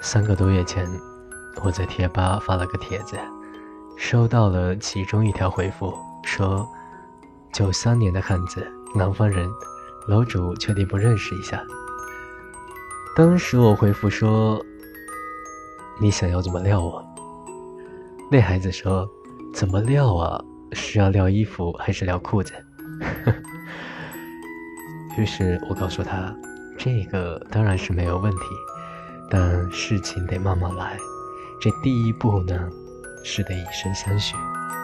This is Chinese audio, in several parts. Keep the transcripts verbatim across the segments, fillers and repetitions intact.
三个多月前，我在贴吧发了个帖子，收到了其中一条回复，说九三年的汉子，南方人，楼主确定不认识一下。当时我回复说，你想要怎么撂我？那孩子说，怎么撂啊？是要撂衣服还是撂裤子？于是我告诉他，这个当然是没有问题，但事情得慢慢来，这第一步呢，是得以身相许。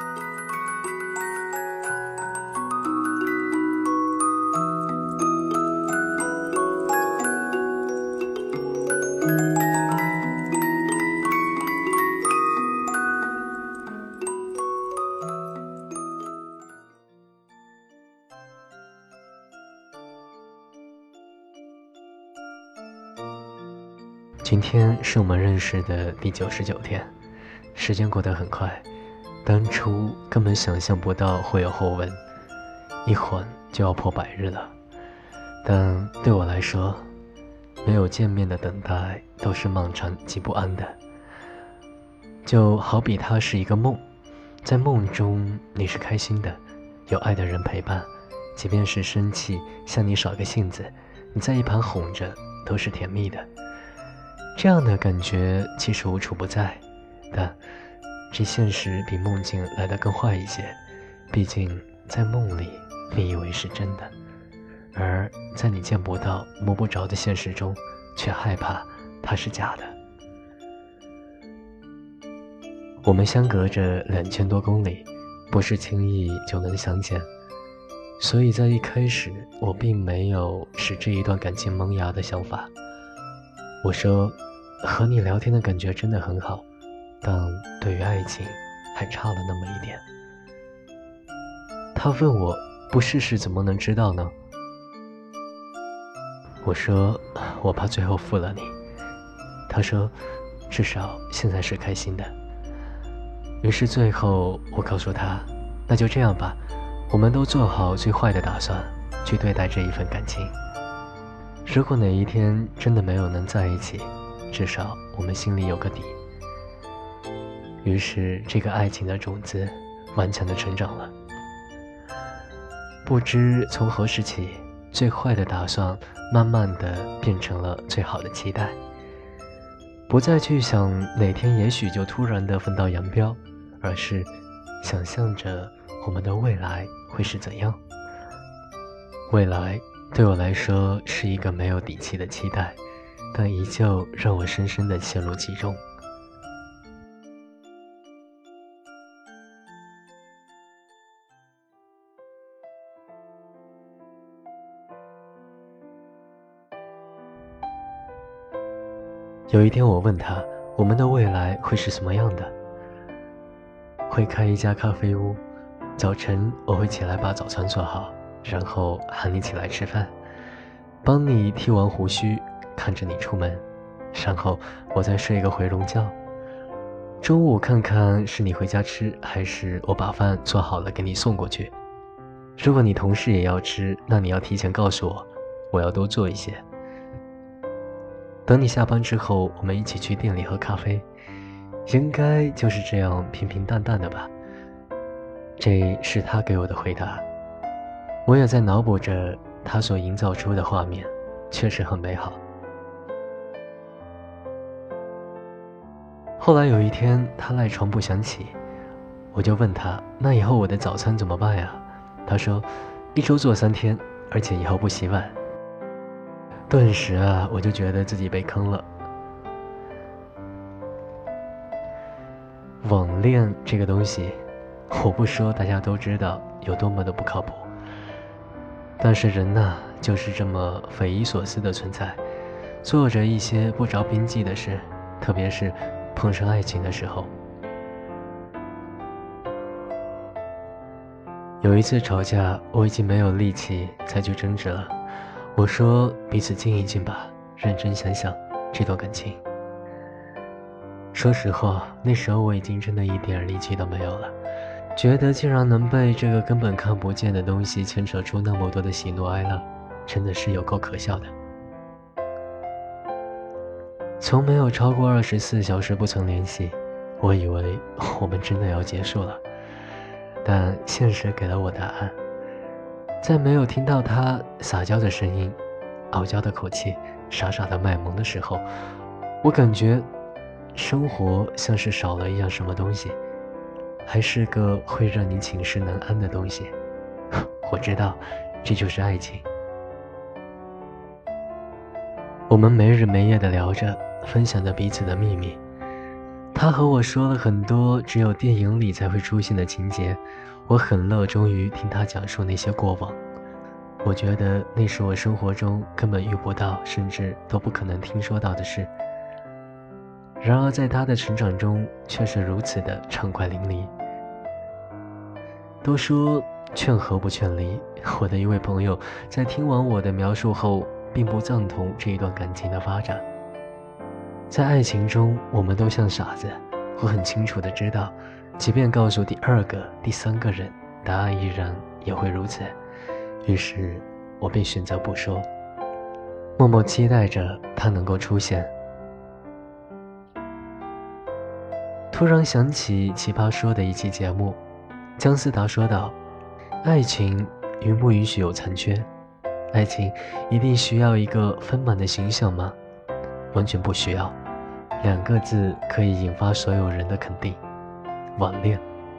今天是我们认识的第九十九天，时间过得很快，当初根本想象不到会有后文，一晃就要破百日了。但对我来说，没有见面的等待都是漫长及不安的。就好比它是一个梦，在梦中你是开心的，有爱的人陪伴，即便是生气向你耍个性子，你在一旁哄着，都是甜蜜的。这样的感觉其实无处不在，但这现实比梦境来得更坏一些。毕竟在梦里你以为是真的，而在你见不到摸不着的现实中，却害怕它是假的。我们相隔着两千多公里，不是轻易就能相见，所以在一开始我并没有使这一段感情萌芽的想法。我说，和你聊天的感觉真的很好，但对于爱情还差了那么一点。他问我，不试试怎么能知道呢？我说，我怕最后负了你。他说，至少现在是开心的。于是最后我告诉他，那就这样吧，我们都做好最坏的打算，去对待这一份感情。如果哪一天真的没有能在一起，至少我们心里有个底。于是这个爱情的种子顽强地成长了。不知从何时起，最坏的打算慢慢地变成了最好的期待，不再去想哪天也许就突然地分道扬镳，而是想象着我们的未来会是怎样。未来对我来说是一个没有底气的期待，但依旧让我深深地陷入其中。有一天我问他，我们的未来会是什么样的？会开一家咖啡屋，早晨我会起来把早餐做好，然后喊你起来吃饭，帮你剃完胡须，看着你出门，然后我再睡一个回笼觉。中午看看是你回家吃，还是我把饭做好了给你送过去。如果你同事也要吃，那你要提前告诉我，我要多做一些。等你下班之后，我们一起去店里喝咖啡，应该就是这样平平淡淡的吧。这是他给我的回答，我也在脑补着他所营造出的画面，确实很美好。后来有一天他赖床不想起，我就问他，那以后我的早餐怎么办呀？他说，一周做三天，而且以后不洗碗。顿时啊，我就觉得自己被坑了。网恋这个东西，我不说大家都知道有多么的不靠谱，但是人呐，就是这么匪夷所思的存在，做着一些不着边际的事，特别是碰上爱情的时候。有一次吵架，我已经没有力气再去争执了，我说，彼此静一静吧，认真想想这段感情。说实话，那时候我已经真的一点力气都没有了，觉得竟然能被这个根本看不见的东西牵扯出那么多的喜怒哀乐，真的是有够可笑的。 从没有超过二十四小时不曾联系，我以为我们真的要结束了，但现实给了我答案。在没有听到他撒娇的声音、傲娇的口气、傻傻的卖萌的时候，我感觉生活像是少了一样什么东西，还是个会让你寝食难安的东西。我知道，这就是爱情。我们没日没夜地聊着，分享着彼此的秘密。他和我说了很多只有电影里才会出现的情节，我很乐衷于听他讲述那些过往。我觉得那是我生活中根本遇不到，甚至都不可能听说到的事。然而在他的成长中却是如此的畅快淋漓。都说劝和不劝离，我的一位朋友在听完我的描述后并不赞同这一段感情的发展。在爱情中我们都像傻子，我很清楚地知道，即便告诉第二个第三个人，答案依然也会如此。于是我便选择不说，默默期待着他能够出现。突然想起奇葩说的一期节目，姜思达说道，爱情允不允许有残缺？爱情一定需要一个丰满的形象吗？完全不需要，两个字可以引发所有人的肯定，网恋。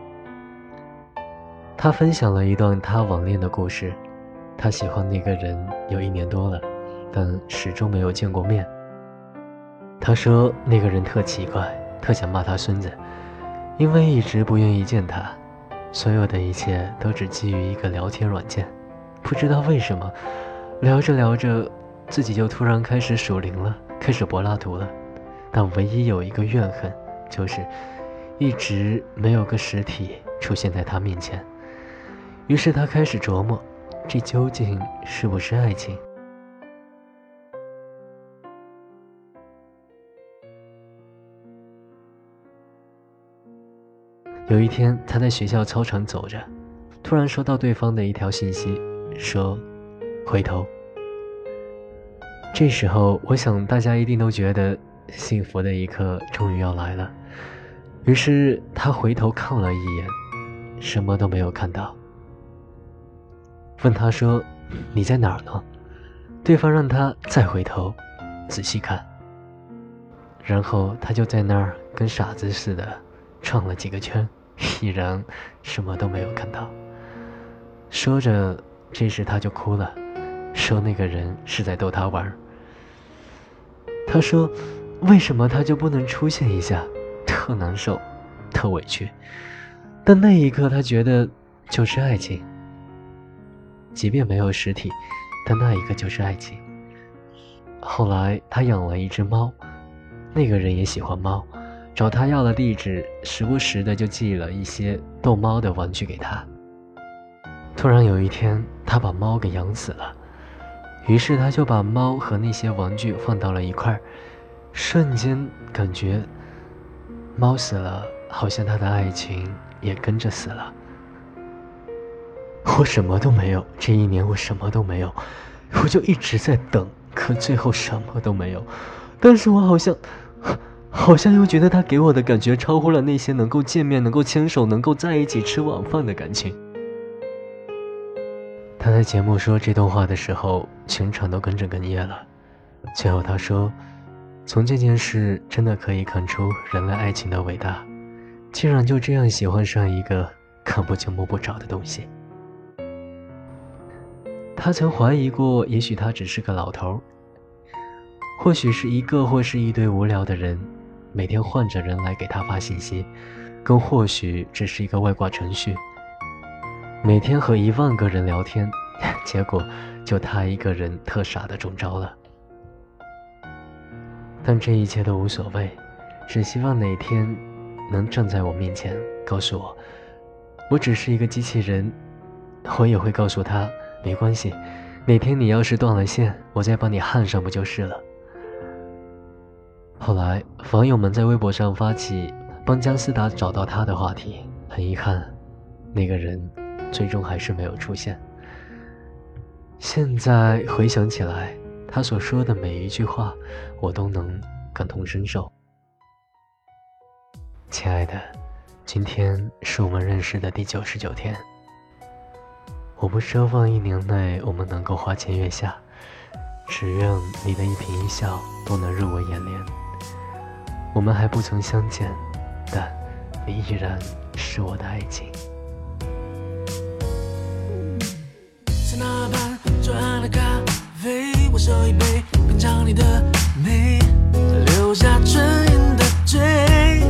他分享了一段他网恋的故事，他喜欢那个人有一年多了，但始终没有见过面。他说那个人特奇怪，特想骂他孙子，因为一直不愿意见他，所有的一切都只基于一个聊天软件。不知道为什么，聊着聊着自己就突然开始属灵了，开始柏拉图了。但唯一有一个怨恨，就是一直没有个实体出现在他面前。于是他开始琢磨，这究竟是不是爱情？有一天他在学校操场走着，突然收到对方的一条信息，说回头。这时候我想大家一定都觉得幸福的一刻终于要来了。于是他回头看了一眼，什么都没有看到。问他说你在哪儿呢？对方让他再回头仔细看，然后他就在那儿跟傻子似的转了几个圈，依然什么都没有看到。说着，这时他就哭了，说那个人是在逗他玩。他说为什么他就不能出现一下，特难受，特委屈。但那一刻他觉得就是爱情，即便没有实体，但那一个就是爱情。后来他养了一只猫，那个人也喜欢猫，找他要了地址，时不时的就寄了一些逗猫的玩具给他。突然有一天他把猫给养死了，于是他就把猫和那些玩具放到了一块儿，瞬间感觉猫死了，好像他的爱情也跟着死了。我什么都没有，这一年我什么都没有，我就一直在等，可最后什么都没有。但是我好像好像又觉得他给我的感觉超乎了那些能够见面、能够牵手、能够在一起吃晚饭的感情。他在节目说这段话的时候，全场都跟着哽咽了。最后他说，从这件事真的可以看出人类爱情的伟大，竟然就这样喜欢上一个看不见摸不着的东西。他曾怀疑过，也许他只是个老头，或许是一个或是一堆无聊的人，每天换着人来给他发信息，更或许只是一个外挂程序，每天和一万个人聊天，结果就他一个人特傻的中招了。但这一切都无所谓，只希望哪天能站在我面前告诉我，我只是一个机器人。我也会告诉他，没关系，哪天你要是断了线，我再帮你焊上不就是了。后来网友们在微博上发起帮姜思达找到他的话题，很遗憾，那个人最终还是没有出现。现在回想起来，他所说的每一句话我都能感同身受。亲爱的，今天是我们认识的第九十九天。我不奢望一年内我们能够花前月下，只愿你的一颦一笑都能入我眼帘。我们还不曾相见，但你依然是我的爱情。 在那盘左岸的咖啡，我手一杯，品尝你的美，留下唇印的嘴。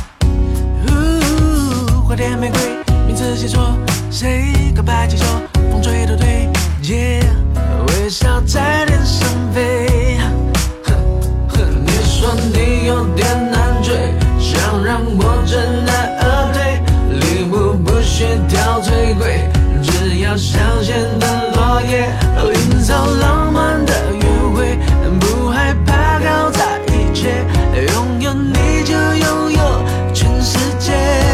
花店玫瑰，名字写错，谁告白气球，风吹都对接，微笑在脸上飞。你说你有点难追，想让我知难而退，礼物不需挑最贵，只要香榭的落叶，营造浪漫的约会，不害怕搞砸一切，拥有你就拥有全世界。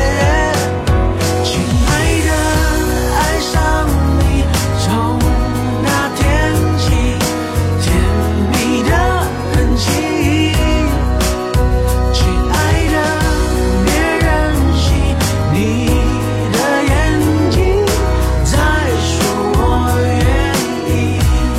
亲爱的，爱上你，从那天起，甜蜜的痕迹。亲爱的，别任性，你的眼睛在说我愿意。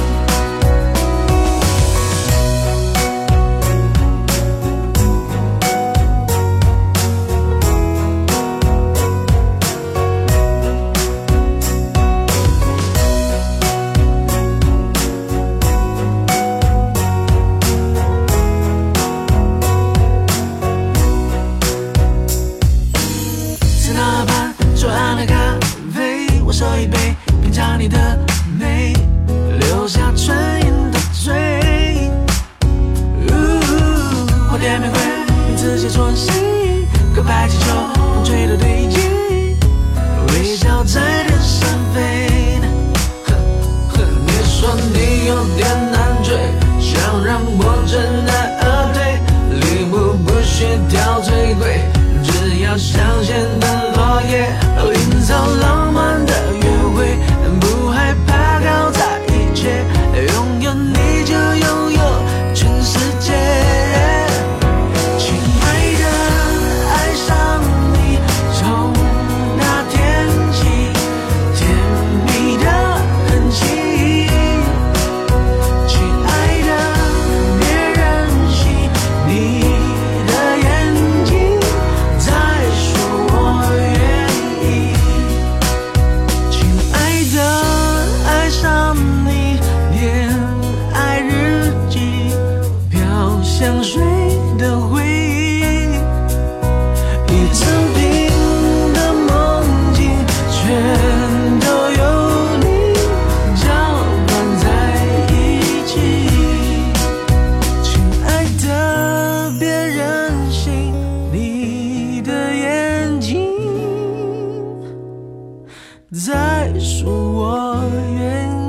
在那盘左岸的咖啡，我手一杯，品尝你的美，留下唇印的嘴。花店玫瑰，名字写错谁？告白气球，风吹的对接，微笑在脸上飞。你说你有点难追，想让我知难而退，礼物不需挑最贵，只要香榭的落叶，营造浪漫的约会，不害怕搞砸一切，拥有你就拥有全世界。亲爱的，爱上你，从那天起，甜蜜的痕迹。亲爱的，别任性，你的眼睛在说我愿意。亲爱的，爱上你，恋爱日记，飘香水的回忆，一整瓶的梦境，全都有你搅拌在一起。亲爱的，别任性，你的眼睛在说我愿意。